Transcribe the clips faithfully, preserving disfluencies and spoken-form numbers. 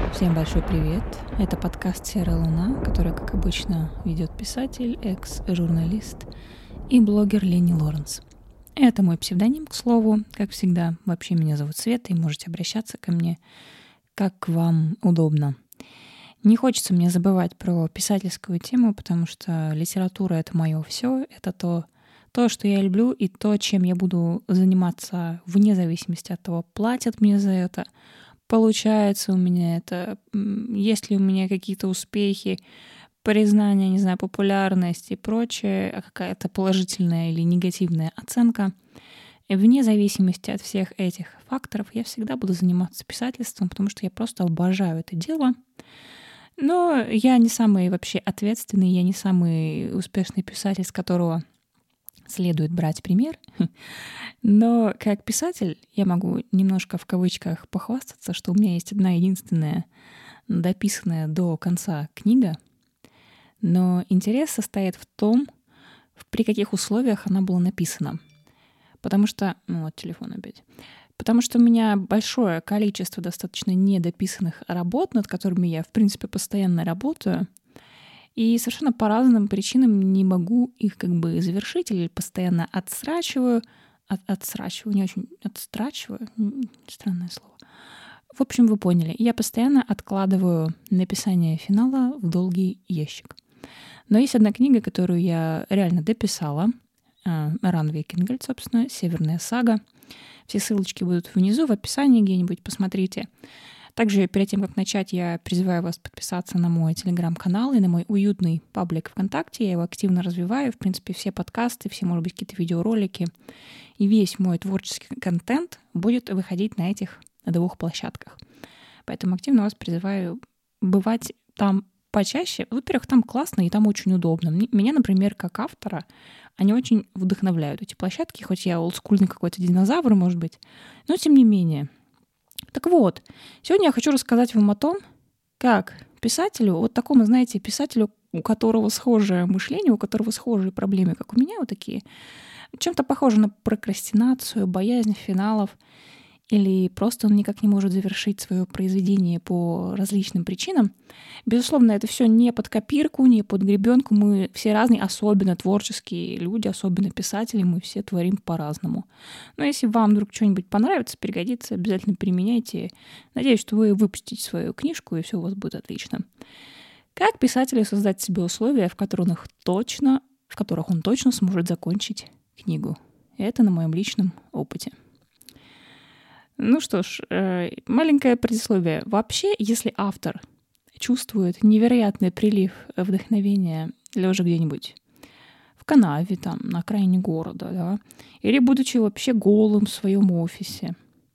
Всем большой привет. Это подкаст «Серая луна», который, как обычно, ведет писатель, экс-журналист и блогер Ленни Лоренс. Это мой псевдоним, к слову. Как всегда, вообще меня зовут Света, и можете обращаться ко мне, как вам удобно. Не хочется мне забывать про писательскую тему, потому что литература — это мое все, это то, то, что я люблю, и то, чем я буду заниматься вне зависимости от того, платят мне за это, получается у меня это, есть ли у меня какие-то успехи, признание, не знаю, популярность и прочее, а какая-то положительная или негативная оценка. И вне зависимости от всех этих факторов я всегда буду заниматься писательством, потому что я просто обожаю это дело. Но я не самый вообще ответственный, я не самый успешный писатель, с которого следует брать пример. Но как писатель я могу немножко в кавычках похвастаться, что у меня есть одна единственная дописанная до конца книга. Но интерес состоит в том, при каких условиях она была написана. Потому что... Ну вот, телефон опять. Потому что у меня большое количество достаточно недописанных работ, над которыми я, в принципе, постоянно работаю. И совершенно по разным причинам не могу их как бы завершить или постоянно отсрачиваю. От, отсрачиваю, не очень отстрачиваю. Странное слово. В общем, вы поняли. Я постоянно откладываю написание финала в долгий ящик. Но есть одна книга, которую я реально дописала. Ранвей Кингольд, собственно, «Северная сага». Все ссылочки будут внизу, в описании где-нибудь, посмотрите. Также перед тем, как начать, я призываю вас подписаться на мой телеграм-канал и на мой уютный паблик ВКонтакте. Я его активно развиваю. В принципе, все подкасты, все, может быть, какие-то видеоролики и весь мой творческий контент будет выходить на этих двух площадках. Поэтому активно вас призываю бывать там почаще. Во-первых, там классно и там очень удобно. Меня, например, как автора, они очень вдохновляют, эти площадки, хоть я олдскульный какой-то динозавр, может быть, но тем не менее. Так вот, сегодня я хочу рассказать вам о том, как писателю, вот такому, знаете, писателю, у которого схожее мышление, у которого схожие проблемы, как у меня, вот такие, чем-то похоже на прокрастинацию, боязнь финалов, или просто он никак не может завершить свое произведение по различным причинам. Безусловно, это все не под копирку, не под гребенку. Мы все разные, особенно творческие люди, особенно писатели, мы все творим по-разному. Но если вам вдруг что-нибудь понравится, пригодится, обязательно применяйте. Надеюсь, что вы выпустите свою книжку, и все у вас будет отлично. Как писателю создать себе условия, в которых он точно, в которых он точно сможет закончить книгу? Это на моем личном опыте. Ну что ж, маленькое предисловие. Вообще, если автор чувствует невероятный прилив вдохновения, лежа где-нибудь в канаве, там, на окраине города, да, или будучи вообще голым в своем офисе,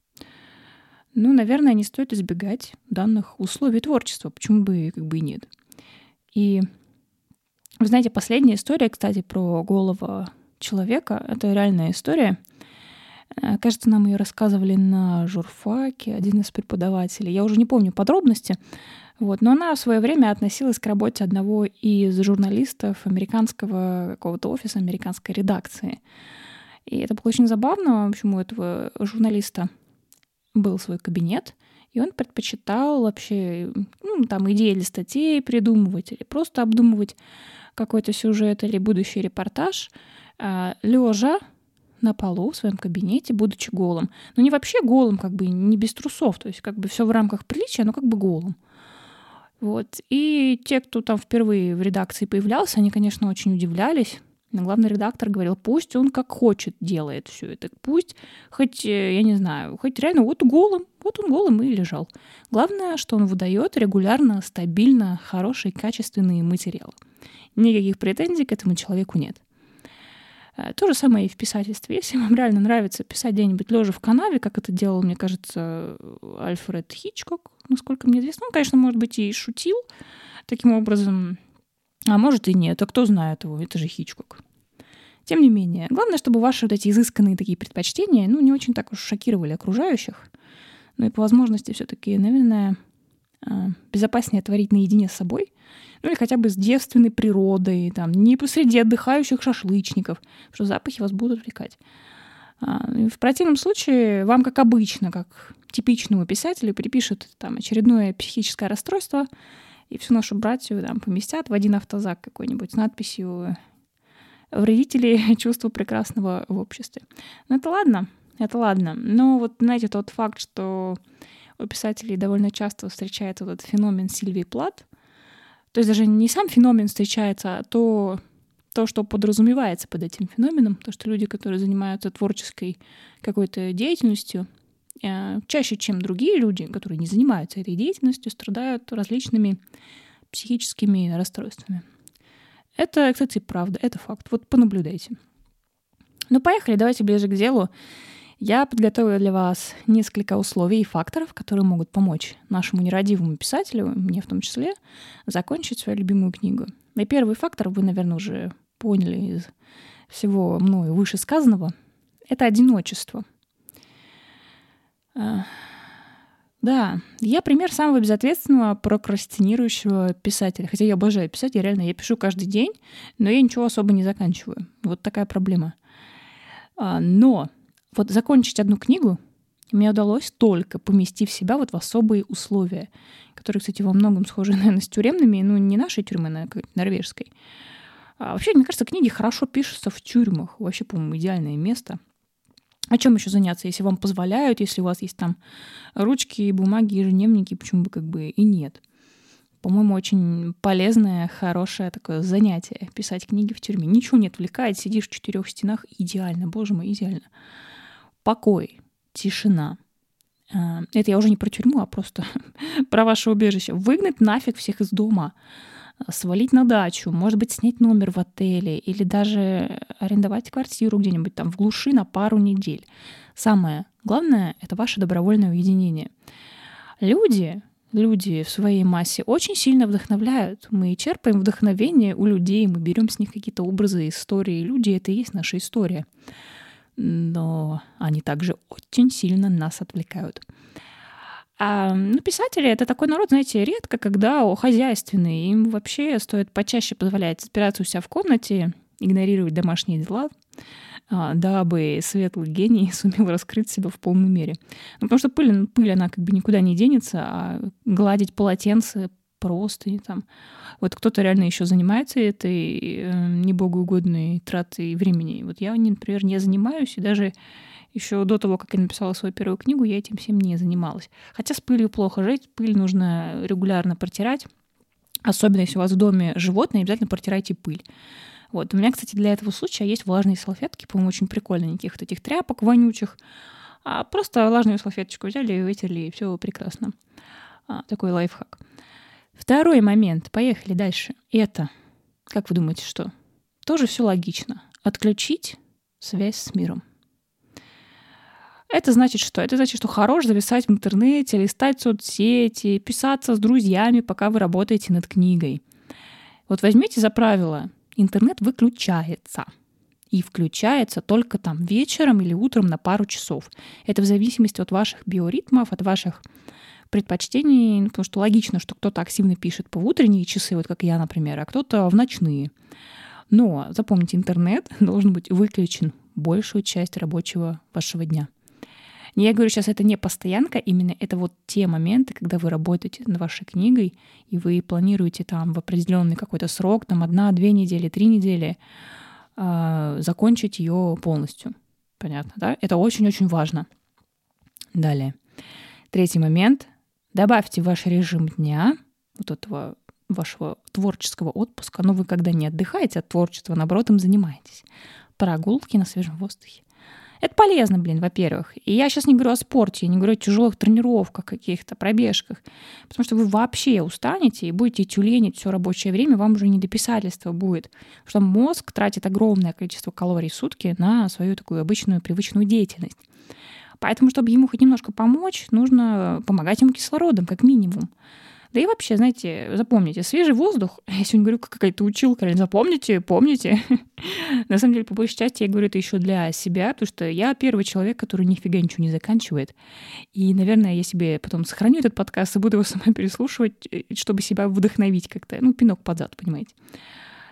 ну, наверное, не стоит избегать данных условий творчества. Почему бы как бы и нет? И, вы знаете, последняя история, кстати, про голого человека, это реальная история. Кажется, нам ее рассказывали на журфаке, один из преподавателей. Я уже не помню подробности, вот, но она в свое время относилась к работе одного из журналистов американского какого-то офиса, американской редакции. И это было очень забавно. В общем, у этого журналиста был свой кабинет, и он предпочитал вообще ну, там идеи для статей придумывать или просто обдумывать какой-то сюжет или будущий репортаж, лежа на полу в своем кабинете, будучи голым. Но не вообще голым, как бы не без трусов, то есть как бы все в рамках приличия, но как бы голым. Вот. И те, кто там впервые в редакции появлялся, они, конечно, очень удивлялись. Но главный редактор говорил, пусть он как хочет делает все это. Пусть хоть, я не знаю, хоть реально вот голым, вот он голым и лежал. Главное, что он выдает регулярно, стабильно, хороший, качественный материал. Никаких претензий к этому человеку нет. То же самое и в писательстве. Если вам реально нравится писать где-нибудь лежа в канаве, как это делал, мне кажется, Альфред Хичкок, насколько мне известно, он, конечно, может быть, и шутил таким образом, а может и нет, а кто знает его, это же Хичкок. Тем не менее, главное, чтобы ваши вот эти изысканные такие предпочтения, ну, не очень так уж шокировали окружающих, но и по возможности все-таки, наверное, безопаснее творить наедине с собой, ну или хотя бы с девственной природой, там, не посреди отдыхающих шашлычников, потому что запахи вас будут отвлекать. В противном случае вам, как обычно, как типичному писателю припишут там очередное психическое расстройство, и всю нашу братью там поместят в один автозак какой-нибудь с надписью «Вредители чувства прекрасного в обществе». Ну это ладно, это ладно. Но вот, знаете, тот факт, что у писателей довольно часто встречается вот этот феномен Сильвии Плат, то есть даже не сам феномен встречается, а то, то, что подразумевается под этим феноменом, то, что люди, которые занимаются творческой какой-то деятельностью, чаще, чем другие люди, которые не занимаются этой деятельностью, страдают различными психическими расстройствами. Это, кстати, правда, это факт. Вот понаблюдайте. Ну, поехали, давайте ближе к делу. Я подготовила для вас несколько условий и факторов, которые могут помочь нашему нерадивому писателю, мне в том числе, закончить свою любимую книгу. И первый фактор, вы, наверное, уже поняли из всего мною вышесказанного, это одиночество. Да, я пример самого безответственного прокрастинирующего писателя. Хотя я обожаю писать, я реально, я пишу каждый день, но я ничего особо не заканчиваю. Вот такая проблема. Но вот закончить одну книгу мне удалось только поместив себя вот в особые условия, которые, кстати, во многом схожи, наверное, с тюремными, ну, не нашей тюрьмы, наверное, какой-то норвежской. А вообще, мне кажется, книги хорошо пишутся в тюрьмах. Вообще, по-моему, идеальное место. О чем еще заняться, если вам позволяют, если у вас есть там ручки, бумаги, ежедневники, почему бы как бы и нет. По-моему, очень полезное, хорошее такое занятие — писать книги в тюрьме. Ничего не отвлекает, сидишь в четырех стенах, идеально, боже мой, идеально. Покой, тишина. Это я уже не про тюрьму, а просто про ваше убежище. Выгнать нафиг всех из дома, свалить на дачу, может быть, снять номер в отеле или даже арендовать квартиру где-нибудь там в глуши на пару недель. Самое главное — это ваше добровольное уединение. Люди, люди в своей массе очень сильно вдохновляют. Мы черпаем вдохновение у людей, мы берем с них какие-то образы, истории. Люди — это и есть наша история. Но они также очень сильно нас отвлекают. А, ну, писатели — это такой народ, знаете, редко, когда о, хозяйственный. Им вообще стоит почаще позволять спираться у себя в комнате, игнорировать домашние дела, а, дабы светлый гений сумел раскрыть себя в полной мере. Ну, потому что пыль, пыль, она как бы никуда не денется, а гладить полотенце просто. Там. Вот кто-то реально еще занимается этой э, небогоугодной тратой времени. Вот я, например, не занимаюсь, и даже еще до того, как я написала свою первую книгу, я этим всем не занималась. Хотя с пылью плохо жить, пыль нужно регулярно протирать. Особенно если у вас в доме животные, обязательно протирайте пыль. Вот. У меня, кстати, для этого случая есть влажные салфетки, по-моему, очень прикольно, никаких вот этих тряпок вонючих. А просто влажную салфеточку взяли, вытерли, и все прекрасно. А, такой лайфхак. Второй момент, поехали дальше. Это, как вы думаете, что? Тоже все логично. Отключить связь с миром. Это значит что? Это значит, что хорош зависать в интернете, листать соцсети, писаться с друзьями, пока вы работаете над книгой. Вот возьмите за правило, интернет выключается. И включается только там вечером или утром на пару часов. Это в зависимости от ваших биоритмов, от ваших предпочтений, потому что логично, что кто-то активно пишет по утренние часы, вот как я, например, а кто-то в ночные. Но запомните, интернет должен быть выключен большую часть рабочего вашего дня. Я говорю сейчас, это не постоянка, именно это вот те моменты, когда вы работаете над вашей книгой, и вы планируете там в определенный какой-то срок, там одна, две недели, три недели, э, закончить ее полностью. Понятно, да? Это очень-очень важно. Далее. Третий момент. Добавьте в ваш режим дня, вот этого вашего творческого отпуска, но вы когда не отдыхаете от творчества, наоборот, им занимаетесь. Прогулки на свежем воздухе. Это полезно, блин, во-первых. И я сейчас не говорю о спорте, я не говорю о тяжелых тренировках, каких-то пробежках, потому что вы вообще устанете и будете тюленить все рабочее время, вам уже не до писательства будет. Потому что мозг тратит огромное количество калорий в сутки на свою такую обычную привычную деятельность. Поэтому, чтобы ему хоть немножко помочь, нужно помогать ему кислородом, как минимум. Да и вообще, знаете, запомните, свежий воздух, я сегодня говорю, как какая-то училка, запомните, помните. На самом деле, по большей части, я говорю это еще для себя, потому что я первый человек, который нифига ничего не заканчивает. И, наверное, я себе потом сохраню этот подкаст и буду его сама переслушивать, чтобы себя вдохновить как-то. Ну, пинок под зад, понимаете.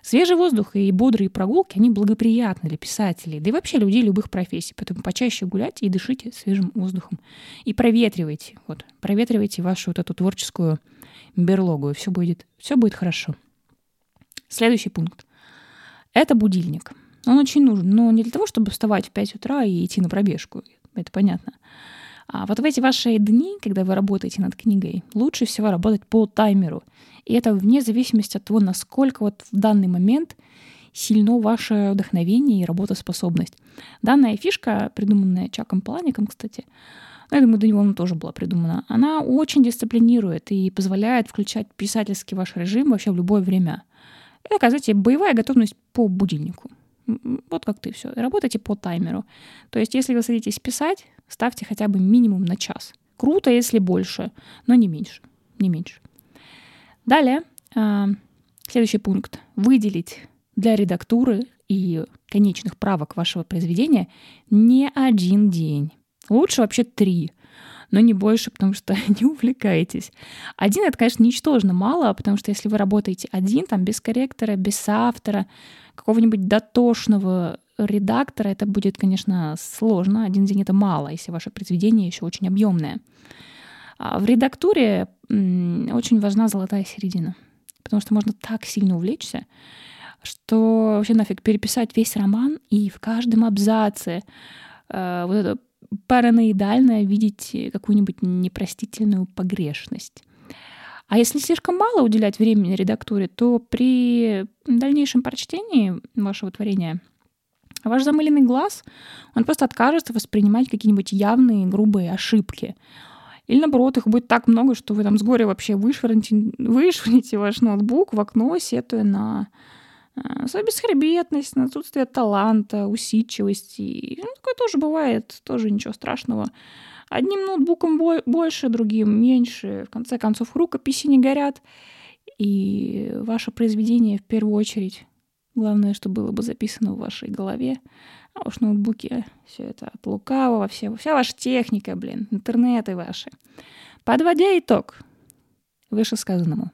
Свежий воздух и бодрые прогулки, они благоприятны для писателей, да и вообще людей любых профессий. Поэтому почаще гуляйте и дышите свежим воздухом. И проветривайте, вот, проветривайте вашу вот эту творческую берлогу, и все будет, все будет хорошо. Следующий пункт. Это будильник. Он очень нужен, но не для того, чтобы вставать в пять утра и идти на пробежку. Это понятно. А вот в эти ваши дни, когда вы работаете над книгой, лучше всего работать по таймеру. И это вне зависимости от того, насколько вот в данный момент сильно ваше вдохновение и работоспособность. Данная фишка, придуманная Чаком Палаником, кстати, ну, я думаю, до него она тоже была придумана, она очень дисциплинирует и позволяет включать писательский ваш режим вообще в любое время. Это, оказывается, боевая готовность по будильнику. Вот как ты все. Работайте по таймеру. То есть, если вы садитесь писать, ставьте хотя бы минимум на час. Круто, если больше, но не меньше. Не меньше. Далее, следующий пункт. Выделить для редактуры и конечных правок вашего произведения не один день. Лучше вообще три, но не больше, потому что не увлекаетесь. Один — это, конечно, ничтожно мало, потому что если вы работаете один, там, без корректора, без соавтора, какого-нибудь дотошного редактора, это будет, конечно, сложно. Один день — это мало, если ваше произведение еще очень объемное. А в редактуре очень важна золотая середина, потому что можно так сильно увлечься, что вообще нафиг переписать весь роман и в каждом абзаце э, вот это параноидально видеть какую-нибудь непростительную погрешность. А если слишком мало уделять времени редактуре, то при дальнейшем прочтении вашего творения ваш замыленный глаз, он просто откажется воспринимать какие-нибудь явные грубые ошибки. Или, наоборот, их будет так много, что вы там с горя вообще вышвырнете, вышвырнете ваш ноутбук в окно, сетуя на свою бесхребетность, на отсутствие таланта, усидчивости. Ну, такое тоже бывает, тоже ничего страшного. Одним ноутбуком больше, другим меньше. В конце концов, рукописи не горят. И ваше произведение в первую очередь, главное, что было бы записано в вашей голове. А уж ноутбуки, все это от лукавого, все, вся ваша техника, блин, интернеты ваши. Подводя итог вышесказанному.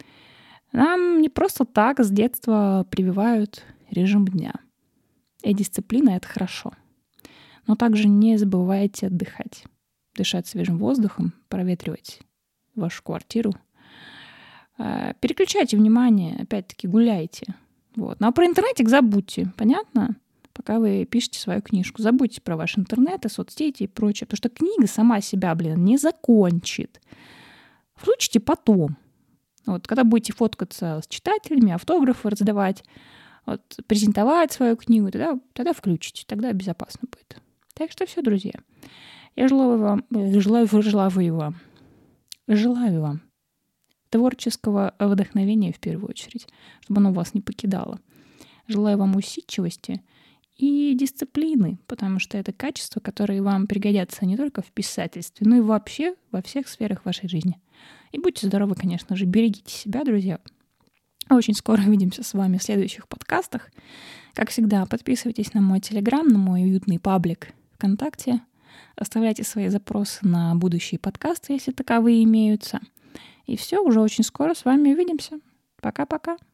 Нам не просто так с детства прививают режим дня. И дисциплина — это хорошо. Но также не забывайте отдыхать. Дышать свежим воздухом, проветривать вашу квартиру. Переключайте внимание, опять-таки гуляйте. Вот. Ну а про интернетик забудьте, понятно? Пока вы пишете свою книжку. Забудьте про ваш интернет и соцсети и прочее. Потому что книга сама себя, блин, не закончит. Включите потом. Вот, когда будете фоткаться с читателями, автографы раздавать, вот, презентовать свою книгу, тогда, тогда включите, тогда безопасно будет. Так что все, друзья. Я желаю вам, желаю, желаю вам, желаю вам творческого вдохновения в первую очередь, чтобы оно вас не покидало. Желаю вам усидчивости и дисциплины, потому что это качества, которые вам пригодятся не только в писательстве, но и вообще во всех сферах вашей жизни. И будьте здоровы, конечно же, берегите себя, друзья. Очень скоро увидимся с вами в следующих подкастах. Как всегда, подписывайтесь на мой Телеграм, на мой уютный паблик ВКонтакте. Оставляйте свои запросы на будущие подкасты, если таковые имеются. И все, уже очень скоро с вами увидимся. Пока-пока.